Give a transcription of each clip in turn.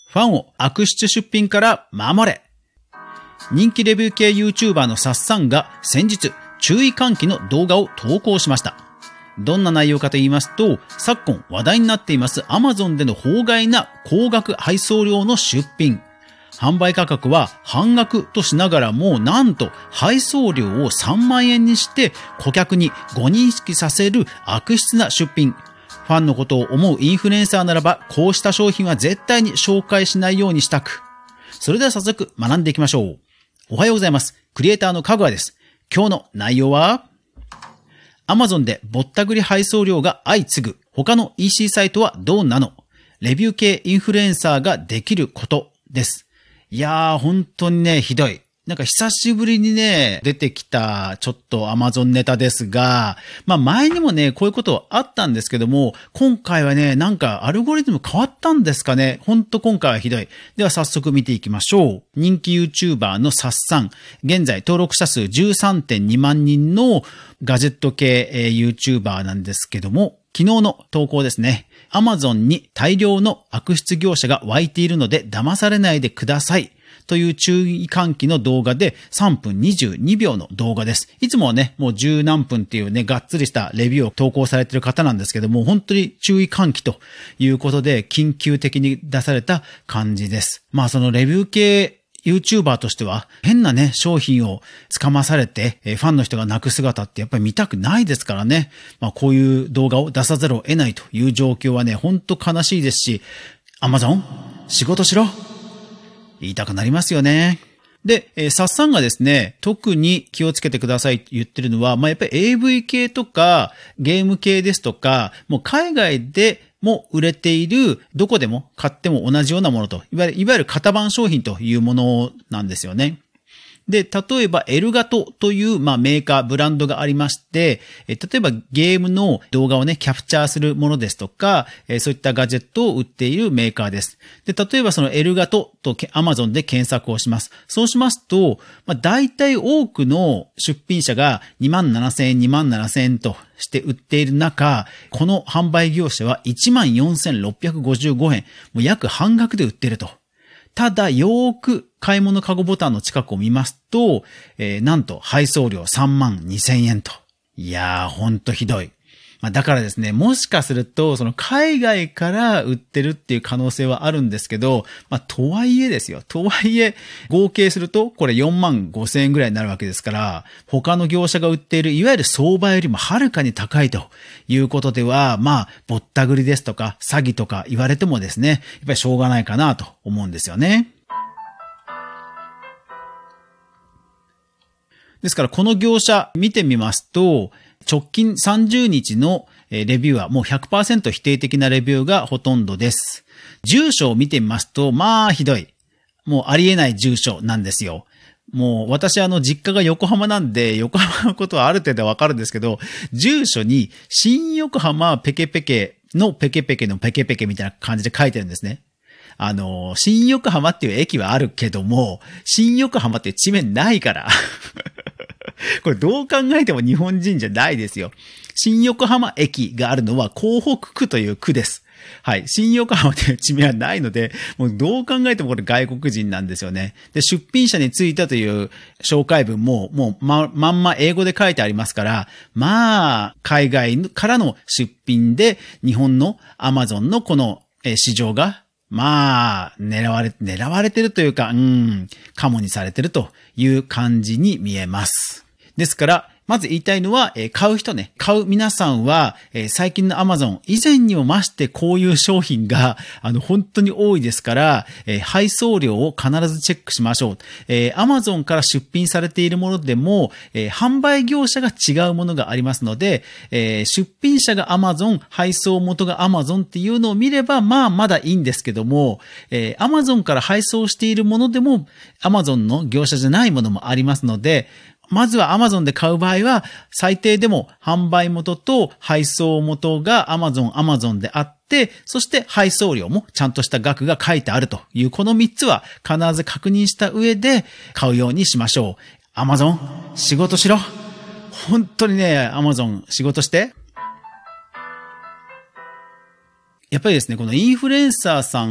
ファンを悪質出品から守れ。人気レビュー系 YouTuber のサッサンが先日注意喚起の動画を投稿しました。どんな内容かと言いますと、昨今話題になっています Amazon での法外な高額配送料の出品。販売価格は半額としながらも、なんと配送料を3万円にして顧客に誤認識させる悪質な出品。ファンのことを思うインフルエンサーならば、こうした商品は絶対に紹介しないようにしたく。それでは早速学んでいきましょう。おはようございます。クリエイターのかぐわです。今日の内容は、Amazon でぼったくり配送料が相次ぐ。他の EC サイトはどうなの？レビュー系インフルエンサーができることです。いやー、本当にね、ひどい。なんか久しぶりにね、出てきたちょっと Amazon ネタですが、前にもね、こういうことあったんですけども、今回はね、なんかアルゴリズム変わったんですかね。ほんと今回はひどい。では早速見ていきましょう。人気 YouTuber のサッサン。現在登録者数 13.2 万人のガジェット系 YouTuber なんですけども、昨日の投稿ですね。Amazon に大量の悪質業者が湧いているので騙されないでください。という注意喚起の動画で3分22秒の動画です。いつもはね、もう10何分っていうね、がっつりしたレビューを投稿されている方なんですけども、本当に注意喚起ということで緊急的に出された感じです。そのレビュー系YouTuber としては変なね、商品をつかまされて、ファンの人が泣く姿ってやっぱり見たくないですからね。こういう動画を出さざるを得ないという状況はね、ほんと悲しいですし、Amazon、仕事しろ言いたくなりますよね。で、サッサンがですね、特に気をつけてくださいって言ってるのは、やっぱり AV 系とかゲーム系ですとか、もう海外でも売れている、どこでも買っても同じようなものと、いわゆる型番商品というものなんですよね。で、例えばエルガトというメーカー、ブランドがありまして、例えばゲームの動画をね、キャプチャーするものですとか、そういったガジェットを売っているメーカーです。で、例えばそのエルガトと Amazon で検索をします。そうしますと、大体多くの出品者が27,000円、27,000円として売っている中、この販売業者は14,655円、もう約半額で売っていると。ただ、よーく買い物カゴボタンの近くを見ますと、なんと配送料32,000円と。いやー、ほんとひどい。だからですね、もしかすると、その海外から売ってるっていう可能性はあるんですけど、とはいえですよ。とはいえ、合計すると、これ45,000円ぐらいになるわけですから、他の業者が売っている、いわゆる相場よりもはるかに高いということでは、ぼったくりですとか、詐欺とか言われてもですね、やっぱりしょうがないかなと思うんですよね。ですから、この業者見てみますと、直近30日のレビューはもう 100% 否定的なレビューがほとんどです。住所を見てみますと、ひどい。もうありえない住所なんですよ。もう私実家が横浜なんで、横浜のことはある程度わかるんですけど、住所に新横浜ペケペケのペケペケのペケペケみたいな感じで書いてるんですね。新横浜っていう駅はあるけども、新横浜っていう地名ないから。これどう考えても日本人じゃないですよ。新横浜駅があるのは港北区という区です。はい。新横浜という地名はないので、もうどう考えてもこれ外国人なんですよね。で、出品者についたという紹介文も、もうまんま英語で書いてありますから、海外からの出品で日本の Amazon のこの市場が狙われてるというか、カモにされてるという感じに見えます。ですから、まず言いたいのは、買う皆さんは、最近の Amazon、以前にも増してこういう商品が、本当に多いですから、配送料を必ずチェックしましょう。Amazon から出品されているものでも、販売業者が違うものがありますので、出品者が Amazon、配送元が Amazon っていうのを見れば、まだいいんですけども、Amazon から配送しているものでも、Amazon の業者じゃないものもありますので、まずは Amazon で買う場合は、最低でも販売元と配送元が Amazon であって、そして配送料もちゃんとした額が書いてあるという、この3つは必ず確認した上で買うようにしましょう。Amazon、仕事しろ。本当にね、Amazon 仕事して。やっぱりですね、このインフルエンサーさん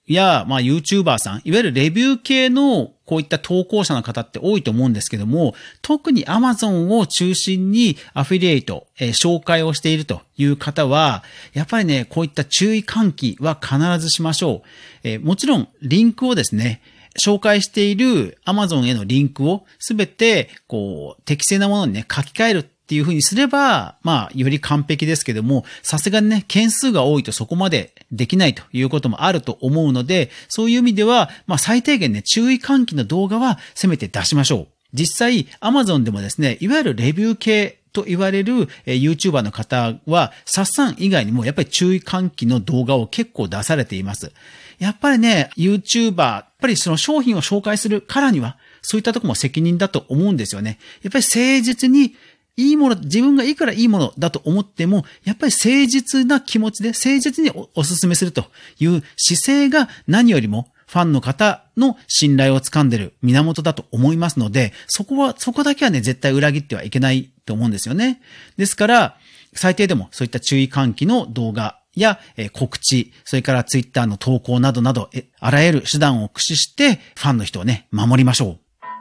や、YouTuber さん、いわゆるレビュー系のこういった投稿者の方って多いと思うんですけども、特に Amazon を中心にアフィリエイト、紹介をしているという方は、やっぱりね、こういった注意喚起は必ずしましょう。もちろん、リンクをですね、紹介している Amazon へのリンクをすべて、適正なものにね、書き換えるっていう風にすれば、より完璧ですけども、さすがにね、件数が多いとそこまでできないということもあると思うので、そういう意味では、最低限ね、注意喚起の動画はせめて出しましょう。実際、Amazon でもですね、いわゆるレビュー系と言われる YouTuber の方は、サッサン以外にもやっぱり注意喚起の動画を結構出されています。やっぱりね、YouTuber、やっぱりその商品を紹介するからには、そういったところも責任だと思うんですよね。やっぱり誠実に、いいもの、自分がいくらいいものだと思っても、やっぱり誠実な気持ちで誠実にお勧めするという姿勢が何よりもファンの方の信頼を掴んでいる源だと思いますので、そこだけはね、絶対裏切ってはいけないと思うんですよね。ですから、最低でもそういった注意喚起の動画や告知、それからツイッターの投稿などなど、あらゆる手段を駆使してファンの人をね、守りましょう。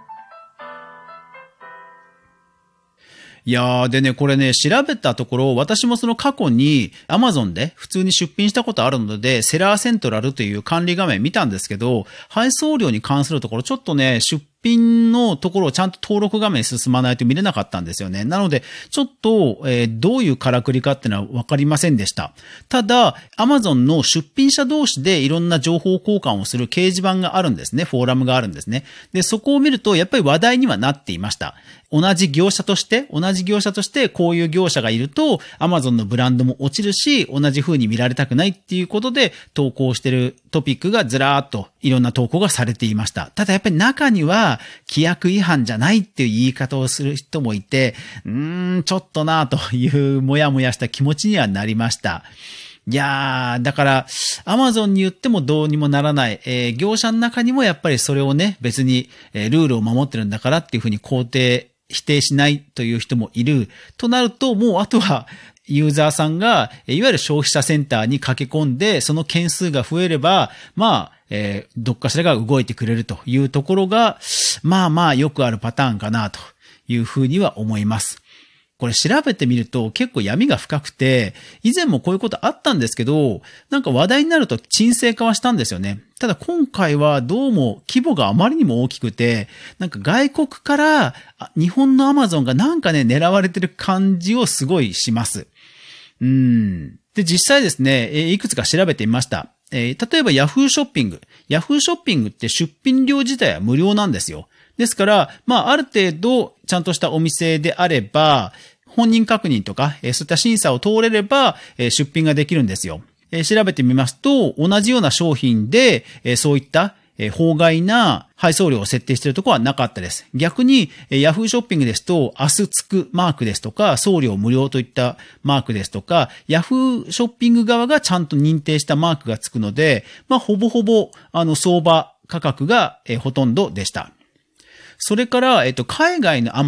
いやー、でね、これね、調べたところ、私もその過去に Amazon で普通に出品したことあるので、セラーセントラルという管理画面見たんですけど、配送料に関するところ、ちょっとね、出品のところをちゃんと登録画面進まないと見れなかったんですよね。なので、ちょっと、どういうからくりかっていうのは分かりませんでした。ただ、Amazon の出品者同士でいろんな情報交換をする掲示板があるんですね。フォーラムがあるんですね。で、そこを見ると、やっぱり話題にはなっていました。同じ業者としてこういう業者がいると Amazon のブランドも落ちるし、同じ風に見られたくないっていうことで投稿してるトピックがずらーっといろんな投稿がされていました。ただやっぱり中には規約違反じゃないっていう言い方をする人もいて、ちょっとなというもやもやした気持ちにはなりました。いやー、だから、Amazon に言ってもどうにもならない、業者の中にもやっぱりそれをね、別に、ルールを守ってるんだからっていうふうに否定しないという人もいる。となると、もうあとは、ユーザーさんが、いわゆる消費者センターに駆け込んで、その件数が増えれば、どっかしらが動いてくれるというところが、よくあるパターンかなというふうには思います。これ調べてみると結構闇が深くて、以前もこういうことあったんですけど、なんか話題になると沈静化はしたんですよね。ただ今回はどうも規模があまりにも大きくて、なんか外国から日本の Amazon がなんかね、狙われてる感じをすごいします。で、実際ですね、いくつか調べてみました。例えば Yahoo ショッピング。Yahoo ショッピングって出品料自体は無料なんですよ。ですから、ある程度ちゃんとしたお店であれば、本人確認とか、そういった審査を通れれば、出品ができるんですよ。調べてみますと、同じような商品で、そういった、法外な配送料を設定しているところはなかったです。逆に、Yahoo ショッピングですと、明日つくマークですとか、送料無料といったマークですとか、Yahoo ショッピング側がちゃんと認定したマークがつくので、ほぼほぼ、相場価格が、ほとんどでした。それから、海外の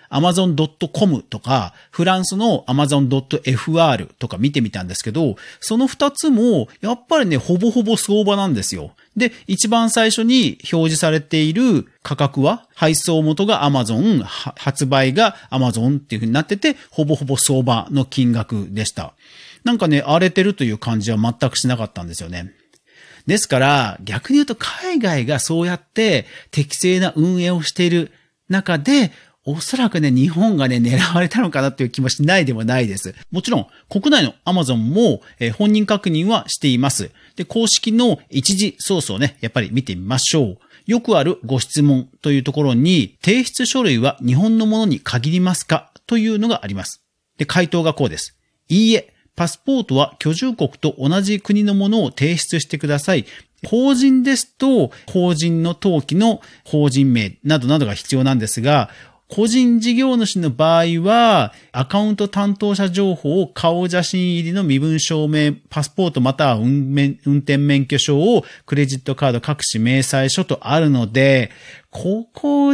Amazon.com とか、フランスの Amazon.fr とか見てみたんですけど、その2つも、やっぱりね、ほぼほぼ相場なんですよ。で、一番最初に表示されている価格は、配送元が Amazon、発売が Amazon っていう風になってて、ほぼほぼ相場の金額でした。なんかね、荒れてるという感じは全くしなかったんですよね。ですから、逆に言うと海外がそうやって適正な運営をしている中で、おそらくね、日本がね、狙われたのかなっていう気もしないでもないです。もちろん、国内の Amazon も、本人確認はしています。で、公式の一時ソースをね、やっぱり見てみましょう。よくあるご質問というところに、提出書類は日本のものに限りますかというのがあります。で、回答がこうです。いいえ。パスポートは居住国と同じ国のものを提出してください。法人ですと、法人の登記の法人名などなどが必要なんですが、 個人事業主の場合は、アカウント担当者情報を顔写真入りの身分証明、パスポートまたは運転免許証をクレジットカード各種明細書とあるので、こ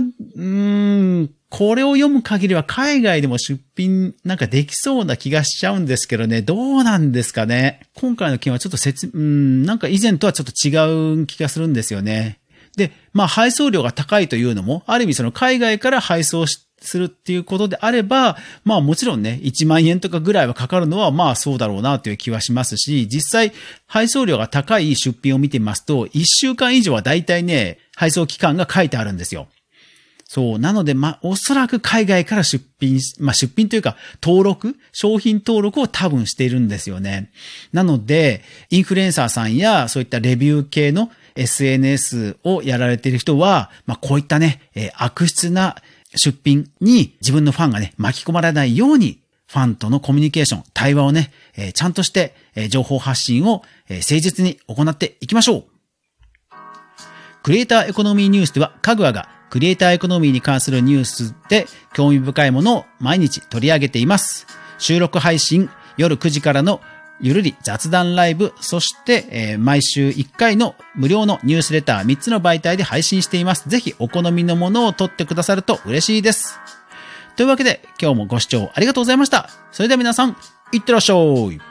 れを読む限りは海外でも出品なんかできそうな気がしちゃうんですけどね。どうなんですかね。今回の件はちょっとなんか以前とはちょっと違う気がするんですよね。で、配送料が高いというのも、ある意味その海外から配送するっていうことであれば、もちろんね、1万円とかぐらいはかかるのはそうだろうなという気はしますし、実際配送料が高い出品を見てみますと、1週間以上はだいたいね、配送期間が書いてあるんですよ。そう。なので、おそらく海外から出品というか、商品登録を多分しているんですよね。なので、インフルエンサーさんや、そういったレビュー系の SNS をやられている人は、こういったね、悪質な出品に自分のファンがね、巻き込まれないように、ファンとのコミュニケーション、対話をね、ちゃんとして、情報発信を、誠実に行っていきましょう。クリエイターエコノミーニュースでは、かぐわがクリエイターエコノミーに関するニュースで興味深いものを毎日取り上げています。収録配信、夜9時からのゆるり雑談ライブ、そして、毎週1回の無料のニュースレター3つの媒体で配信しています。ぜひお好みのものを取ってくださると嬉しいです。というわけで今日もご視聴ありがとうございました。それでは皆さん、いってらっしゃい。